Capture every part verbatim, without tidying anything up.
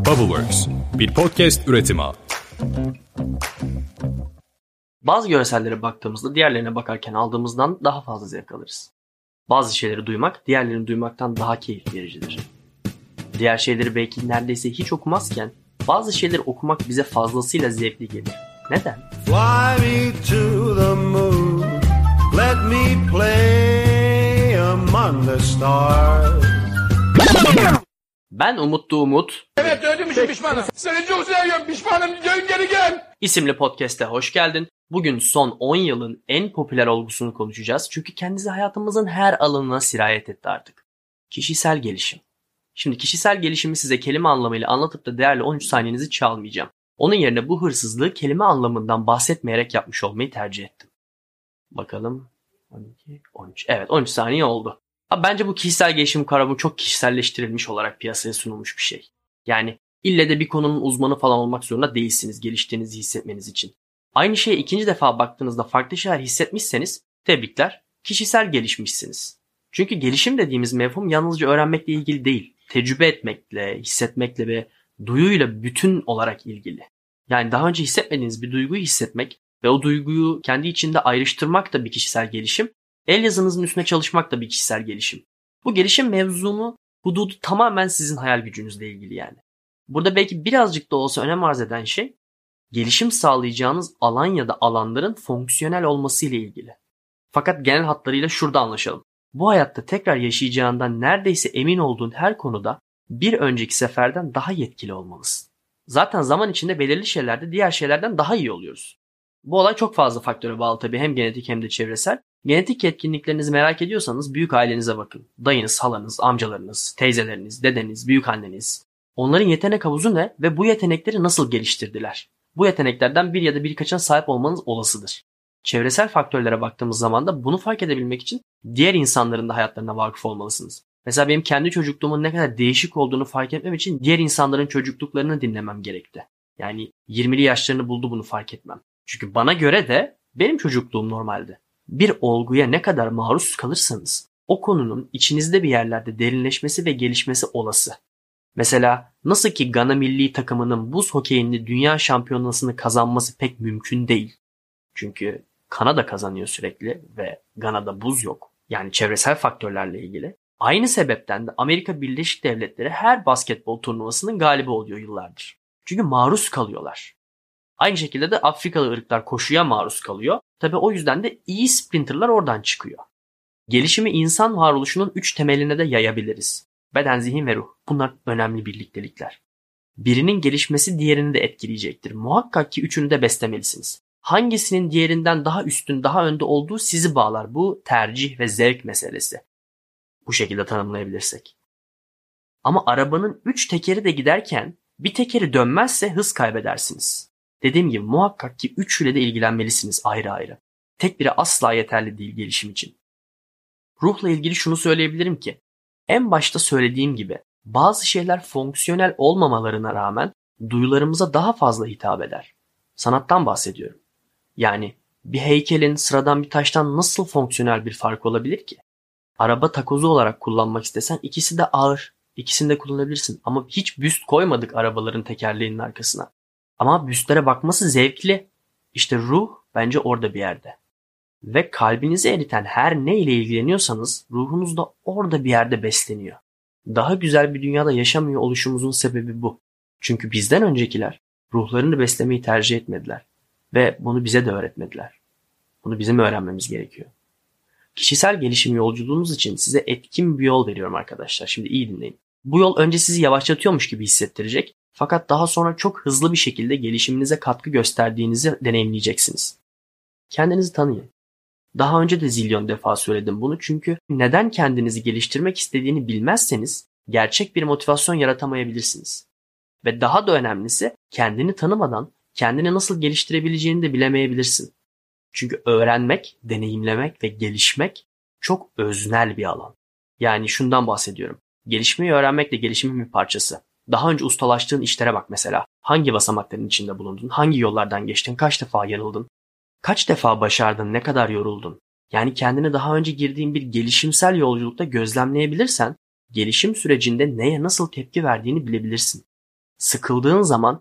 Bubbleworks, bir podcast üretimi. Bazı görsellere baktığımızda diğerlerine bakarken aldığımızdan daha fazla zevk alırız. Bazı şeyleri duymak diğerlerini duymaktan daha keyif vericidir. Diğer şeyleri belki neredeyse hiç okumazken bazı şeyleri okumak bize fazlasıyla zevkli gelir. Neden? Fly me to the moon, let me play among the stars. Ben Umutlu Umut. Evet öldüm için pişmanım. Seni çok seviyorum pişmanım. Dön geri gel. İsimli podcast'e hoş geldin. Bugün son on yılın en popüler olgusunu konuşacağız. Çünkü kendisi hayatımızın her alanına sirayet etti artık. Kişisel gelişim. Şimdi kişisel gelişimi size kelime anlamıyla anlatıp da değerli on üç saniyenizi çalmayacağım. Onun yerine bu hırsızlığı kelime anlamından bahsetmeyerek yapmış olmayı tercih ettim. Bakalım. on iki, on üç. Evet, on üç saniye oldu. Abi bence bu kişisel gelişim kavramı çok kişiselleştirilmiş olarak piyasaya sunulmuş bir şey. Yani ille de bir konunun uzmanı falan olmak zorunda değilsiniz geliştiğinizi hissetmeniz için. Aynı şeye ikinci defa baktığınızda farklı şeyler hissetmişseniz tebrikler, kişisel gelişmişsiniz. Çünkü gelişim dediğimiz mefhum yalnızca öğrenmekle ilgili değil, tecrübe etmekle, hissetmekle ve duyuyla bütün olarak ilgili. Yani daha önce hissetmediğiniz bir duyguyu hissetmek ve o duyguyu kendi içinde ayrıştırmak da bir kişisel gelişim. El yazınızın üstüne çalışmak da bir kişisel gelişim. Bu gelişim mevzunu, hududu tamamen sizin hayal gücünüzle ilgili yani. Burada belki birazcık da olsa önem arz eden şey, gelişim sağlayacağınız alan ya da alanların fonksiyonel olması ile ilgili. Fakat genel hatlarıyla şurada anlaşalım. Bu hayatta tekrar yaşayacağından neredeyse emin olduğun her konuda bir önceki seferden daha yetkili olmalısın. Zaten zaman içinde belirli şeylerde diğer şeylerden daha iyi oluyoruz. Bu olay çok fazla faktöre bağlı tabii, hem genetik hem de çevresel. Genetik yetkinliklerinizi merak ediyorsanız büyük ailenize bakın. Dayınız, halanız, amcalarınız, teyzeleriniz, dedeniz, büyükanneniz. Onların yetenek havuzu ne ve bu yetenekleri nasıl geliştirdiler? Bu yeteneklerden bir ya da birkaçına sahip olmanız olasıdır. Çevresel faktörlere baktığımız zaman da bunu fark edebilmek için diğer insanların da hayatlarına vakıf olmalısınız. Mesela benim kendi çocukluğumun ne kadar değişik olduğunu fark etmem için diğer insanların çocukluklarını dinlemem gerekti. Yani yirmili yaşlarını buldu bunu fark etmem. Çünkü bana göre de benim çocukluğum normaldi. Bir olguya ne kadar maruz kalırsanız o konunun içinizde bir yerlerde derinleşmesi ve gelişmesi olası. Mesela nasıl ki Gana milli takımının buz hokeyinde dünya şampiyonasını kazanması pek mümkün değil. Çünkü Kanada kazanıyor sürekli ve Gana'da buz yok. Yani çevresel faktörlerle ilgili. Aynı sebepten de Amerika Birleşik Devletleri her basketbol turnuvasının galibi oluyor yıllardır. Çünkü maruz kalıyorlar. Aynı şekilde de Afrikalı ırklar koşuya maruz kalıyor. Tabii o yüzden de iyi sprinterlar oradan çıkıyor. Gelişimi insan varoluşunun üç temeline de yayabiliriz. Beden, zihin ve ruh. Bunlar önemli birliktelikler. Birinin gelişmesi diğerini de etkileyecektir. Muhakkak ki üçünü de beslemelisiniz. Hangisinin diğerinden daha üstün, daha önde olduğu sizi bağlar. Bu tercih ve zevk meselesi. Bu şekilde tanımlayabilirsek. Ama arabanın üç tekeri de giderken bir tekeri dönmezse hız kaybedersiniz. Dediğim gibi muhakkak ki üçüyle de ilgilenmelisiniz ayrı ayrı. Tek biri asla yeterli değil gelişim için. Ruhla ilgili şunu söyleyebilirim ki, en başta söylediğim gibi bazı şeyler fonksiyonel olmamalarına rağmen duyularımıza daha fazla hitap eder. Sanattan bahsediyorum. Yani bir heykelin sıradan bir taştan nasıl fonksiyonel bir fark olabilir ki? Araba takozu olarak kullanmak istesen ikisi de ağır. İkisini de kullanabilirsin ama hiç büst koymadık arabaların tekerleğinin arkasına. Ama büstlere bakması zevkli. İşte ruh bence orada bir yerde. Ve kalbinizi eriten her ne ile ilgileniyorsanız ruhunuz da orada bir yerde besleniyor. Daha güzel bir dünyada yaşamıyor oluşumuzun sebebi bu. Çünkü bizden öncekiler ruhlarını beslemeyi tercih etmediler. Ve bunu bize de öğretmediler. Bunu bizim öğrenmemiz gerekiyor. Kişisel gelişim yolculuğunuz için size etkin bir yol veriyorum arkadaşlar. Şimdi iyi dinleyin. Bu yol önce sizi yavaşlatıyormuş gibi hissettirecek. Fakat daha sonra çok hızlı bir şekilde gelişiminize katkı gösterdiğinizi deneyimleyeceksiniz. Kendinizi tanıyın. Daha önce de zilyon defa söyledim bunu, çünkü neden kendinizi geliştirmek istediğini bilmezseniz gerçek bir motivasyon yaratamayabilirsiniz. Ve daha da önemlisi, kendini tanımadan kendini nasıl geliştirebileceğini de bilemeyebilirsin. Çünkü öğrenmek, deneyimlemek ve gelişmek çok öznel bir alan. Yani şundan bahsediyorum. Gelişmeyi öğrenmek de gelişimin bir parçası. Daha önce ustalaştığın işlere bak mesela. Hangi basamakların içinde bulundun? Hangi yollardan geçtin? Kaç defa yanıldın? Kaç defa başardın? Ne kadar yoruldun? Yani kendini daha önce girdiğin bir gelişimsel yolculukta gözlemleyebilirsen, gelişim sürecinde neye nasıl tepki verdiğini bilebilirsin. Sıkıldığın zaman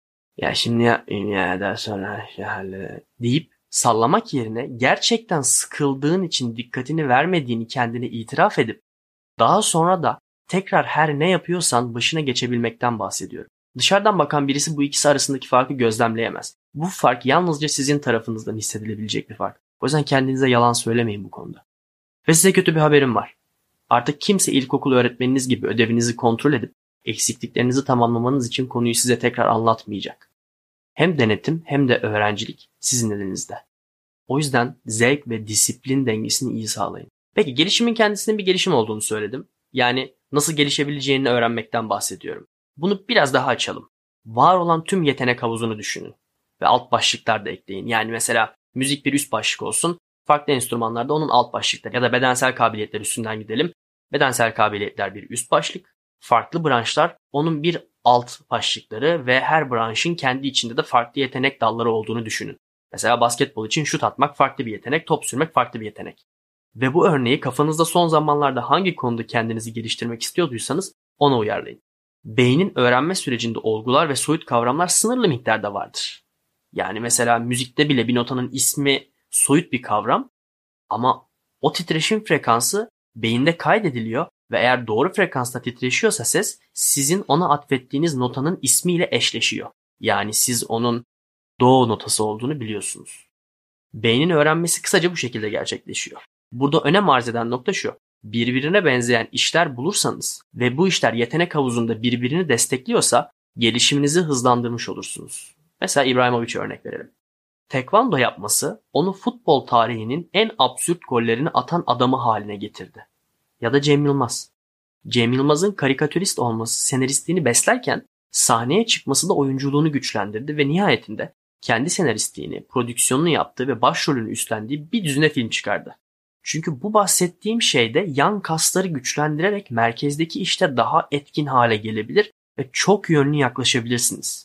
ya şimdi yapmayayım ya daha sonra işte deyip sallamak yerine gerçekten sıkıldığın için dikkatini vermediğini kendine itiraf edip daha sonra da tekrar her ne yapıyorsan başına geçebilmekten bahsediyorum. Dışarıdan bakan birisi bu ikisi arasındaki farkı gözlemleyemez. Bu fark yalnızca sizin tarafınızdan hissedilebilecek bir fark. O yüzden kendinize yalan söylemeyin bu konuda. Ve size kötü bir haberim var. Artık kimse ilkokul öğretmeniniz gibi ödevinizi kontrol edip eksikliklerinizi tamamlamanız için konuyu size tekrar anlatmayacak. Hem denetim hem de öğrencilik sizin elinizde. O yüzden zevk ve disiplin dengesini iyi sağlayın. Peki gelişimin kendisinin bir gelişim olduğunu söyledim. Yani nasıl gelişebileceğini öğrenmekten bahsediyorum. Bunu biraz daha açalım. Var olan tüm yetenek havuzunu düşünün. Ve alt başlıklar da ekleyin. Yani mesela müzik bir üst başlık olsun. Farklı enstrümanlarda onun alt başlıkları ya da bedensel kabiliyetler üstünden gidelim. Bedensel kabiliyetler bir üst başlık. Farklı branşlar onun bir alt başlıkları ve her branşın kendi içinde de farklı yetenek dalları olduğunu düşünün. Mesela basketbol için şut atmak farklı bir yetenek, top sürmek farklı bir yetenek. Ve bu örneği kafanızda son zamanlarda hangi konuda kendinizi geliştirmek istiyorduysanız ona uyarlayın. Beynin öğrenme sürecinde olgular ve soyut kavramlar sınırlı miktarda vardır. Yani mesela müzikte bile bir notanın ismi soyut bir kavram ama o titreşim frekansı beyinde kaydediliyor ve eğer doğru frekansta titreşiyorsa ses sizin ona atfettiğiniz notanın ismiyle eşleşiyor. Yani siz onun do notası olduğunu biliyorsunuz. Beynin öğrenmesi kısaca bu şekilde gerçekleşiyor. Burada önem arz eden nokta şu. Birbirine benzeyen işler bulursanız ve bu işler yetenek havuzunda birbirini destekliyorsa gelişiminizi hızlandırmış olursunuz. Mesela İbrahimovic'e örnek verelim. Tekvando yapması onu futbol tarihinin en absürt gollerini atan adamı haline getirdi. Ya da Cem Yılmaz. Cem Yılmaz'ın karikatürist olması senaristliğini beslerken sahneye çıkması da oyunculuğunu güçlendirdi ve nihayetinde kendi senaristliğini, prodüksiyonunu yaptığı ve başrolünü üstlendiği bir düzine film çıkardı. Çünkü bu bahsettiğim şeyde yan kasları güçlendirerek merkezdeki işte daha etkin hale gelebilir ve çok yönlü yaklaşabilirsiniz.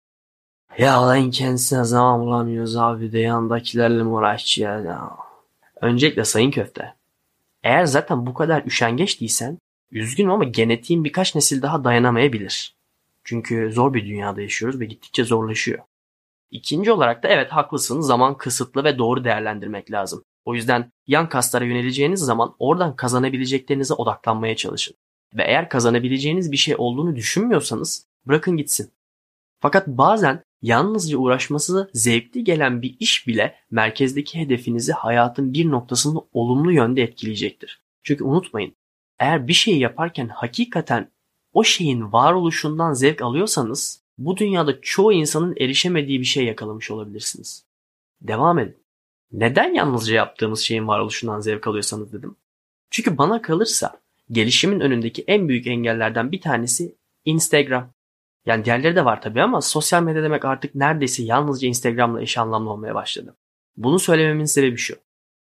Ya lan kendisine zaman bulamıyoruz abi de yandakilerle mi uğraşacağız ya? Öncelikle Sayın Köfte, eğer zaten bu kadar üşengeç değilsen, üzgünüm ama genetiğin birkaç nesil daha dayanamayabilir. Çünkü zor bir dünyada yaşıyoruz ve gittikçe zorlaşıyor. İkinci olarak da evet haklısın, zaman kısıtlı ve doğru değerlendirmek lazım. O yüzden yan kaslara yöneleceğiniz zaman oradan kazanabileceklerinize odaklanmaya çalışın. Ve eğer kazanabileceğiniz bir şey olduğunu düşünmüyorsanız bırakın gitsin. Fakat bazen yalnızca uğraşması zevkli gelen bir iş bile merkezdeki hedefinizi hayatın bir noktasında olumlu yönde etkileyecektir. Çünkü unutmayın, eğer bir şeyi yaparken hakikaten o şeyin varoluşundan zevk alıyorsanız bu dünyada çoğu insanın erişemediği bir şey yakalamış olabilirsiniz. Devam edin. Neden yalnızca yaptığımız şeyin varoluşundan zevk alıyorsanız dedim. Çünkü bana kalırsa gelişimin önündeki en büyük engellerden bir tanesi Instagram. Yani diğerleri de var tabii ama sosyal medya demek artık neredeyse yalnızca Instagram'la eş anlamlı olmaya başladı. Bunu söylememin sebebi şu.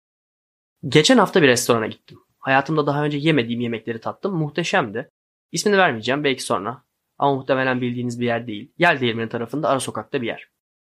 Geçen hafta bir restorana gittim. Hayatımda daha önce yemediğim yemekleri tattım. Muhteşemdi. İsmini vermeyeceğim belki sonra. Ama muhtemelen bildiğiniz bir yer değil. Yeldeğirmeni tarafında ara sokakta bir yer.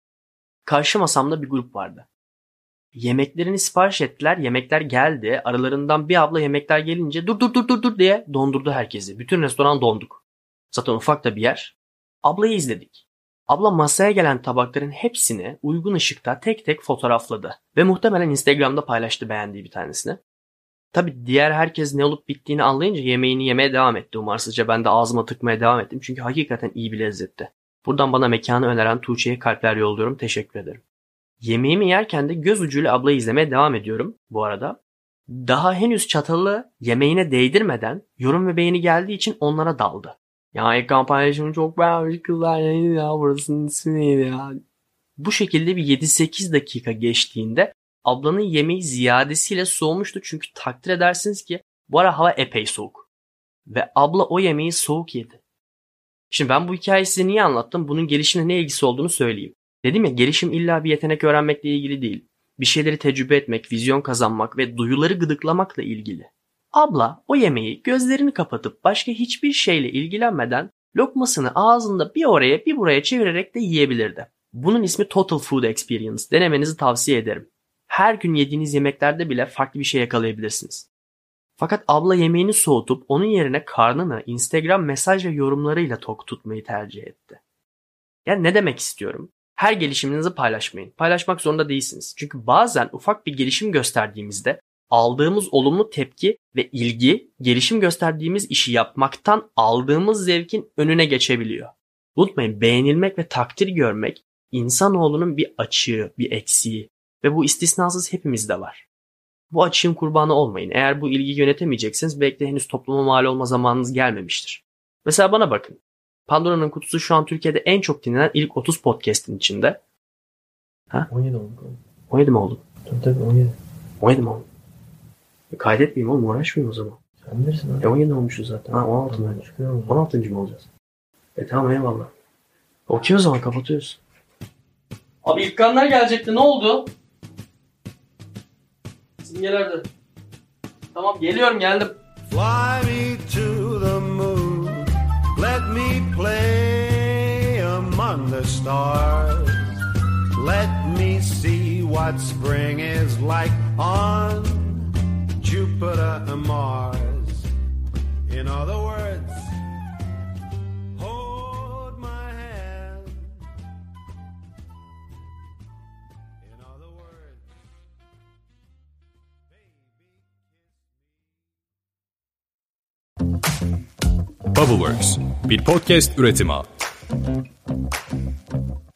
Karşı masamda bir grup vardı. Yemeklerini sipariş ettiler. Yemekler geldi. Aralarından bir abla yemekler gelince dur dur dur dur dur diye dondurdu herkesi. Bütün restoran donduk. Zaten ufak da bir yer. Ablayı izledik. Abla masaya gelen tabakların hepsini uygun ışıkta tek tek fotoğrafladı. Ve muhtemelen Instagram'da paylaştı beğendiği bir tanesini. Tabii diğer herkes ne olup bittiğini anlayınca yemeğini yemeye devam etti umarsızca. Ben de ağzıma tıkmaya devam ettim. Çünkü hakikaten iyi bir lezzetti. Buradan bana mekanı öneren Tuğçe'ye kalpler yolluyorum. Teşekkür ederim. Yemeğimi yerken de göz ucuyla ablayı izlemeye devam ediyorum bu arada. Daha henüz çatalı yemeğine değdirmeden yorum ve beğeni geldiği için onlara daldı. Ya ekran paylaşımını çok beğenmiş kızlar neydi ya burasının ismi neydi ya. Bu şekilde bir yedi sekiz dakika geçtiğinde ablanın yemeği ziyadesiyle soğumuştu. Çünkü takdir edersiniz ki bu ara hava epey soğuk. Ve abla o yemeği soğuk yedi. Şimdi ben bu hikayeyi size niye anlattım? Bunun gelişimle ne ilgisi olduğunu söyleyeyim. Dedim ya gelişim illa bir yetenek öğrenmekle ilgili değil. Bir şeyleri tecrübe etmek, vizyon kazanmak ve duyuları gıdıklamakla ilgili. Abla o yemeği gözlerini kapatıp başka hiçbir şeyle ilgilenmeden lokmasını ağzında bir oraya bir buraya çevirerek de yiyebilirdi. Bunun ismi Total Food Experience. Denemenizi tavsiye ederim. Her gün yediğiniz yemeklerde bile farklı bir şey yakalayabilirsiniz. Fakat abla yemeğini soğutup onun yerine karnını Instagram mesaj ve yorumlarıyla tok tutmayı tercih etti. Yani ne demek istiyorum? Her gelişiminizi paylaşmayın. Paylaşmak zorunda değilsiniz. Çünkü bazen ufak bir gelişim gösterdiğimizde aldığımız olumlu tepki ve ilgi gelişim gösterdiğimiz işi yapmaktan aldığımız zevkin önüne geçebiliyor. Unutmayın, beğenilmek ve takdir görmek insanoğlunun bir açığı, bir eksiği ve bu istisnasız hepimizde var. Bu açığın kurbanı olmayın. Eğer bu ilgiyi yönetemeyeceksiniz belki de henüz topluma mal olma zamanınız gelmemiştir. Mesela bana bakın. Pandora'nın Kutusu şu an Türkiye'de en çok dinlenen ilk otuz podcast'in içinde. Ha? on yedi olduk. on yedi mi oldun? Tabii tabii on yedi. on yedi mi oldun? E, kaydetmeyeyim oğlum, uğraşmayayım o zaman. Sen bilirsin abi. E on yedi olmuşuz zaten. Ha on altı mı? on altıncı mı olacağız? E tamam eyvallah. Okey o zaman kapatıyoruz. Abi ilk kanlar gelecekti, ne oldu? Simgelerde. Tamam geliyorum, geldim. Fly me to the moon. Let me play among the stars. Let me see what spring is like on Jupiter and Mars. In other words, hold my hand. In other words, Bubbleworks, bir podcast üretimi.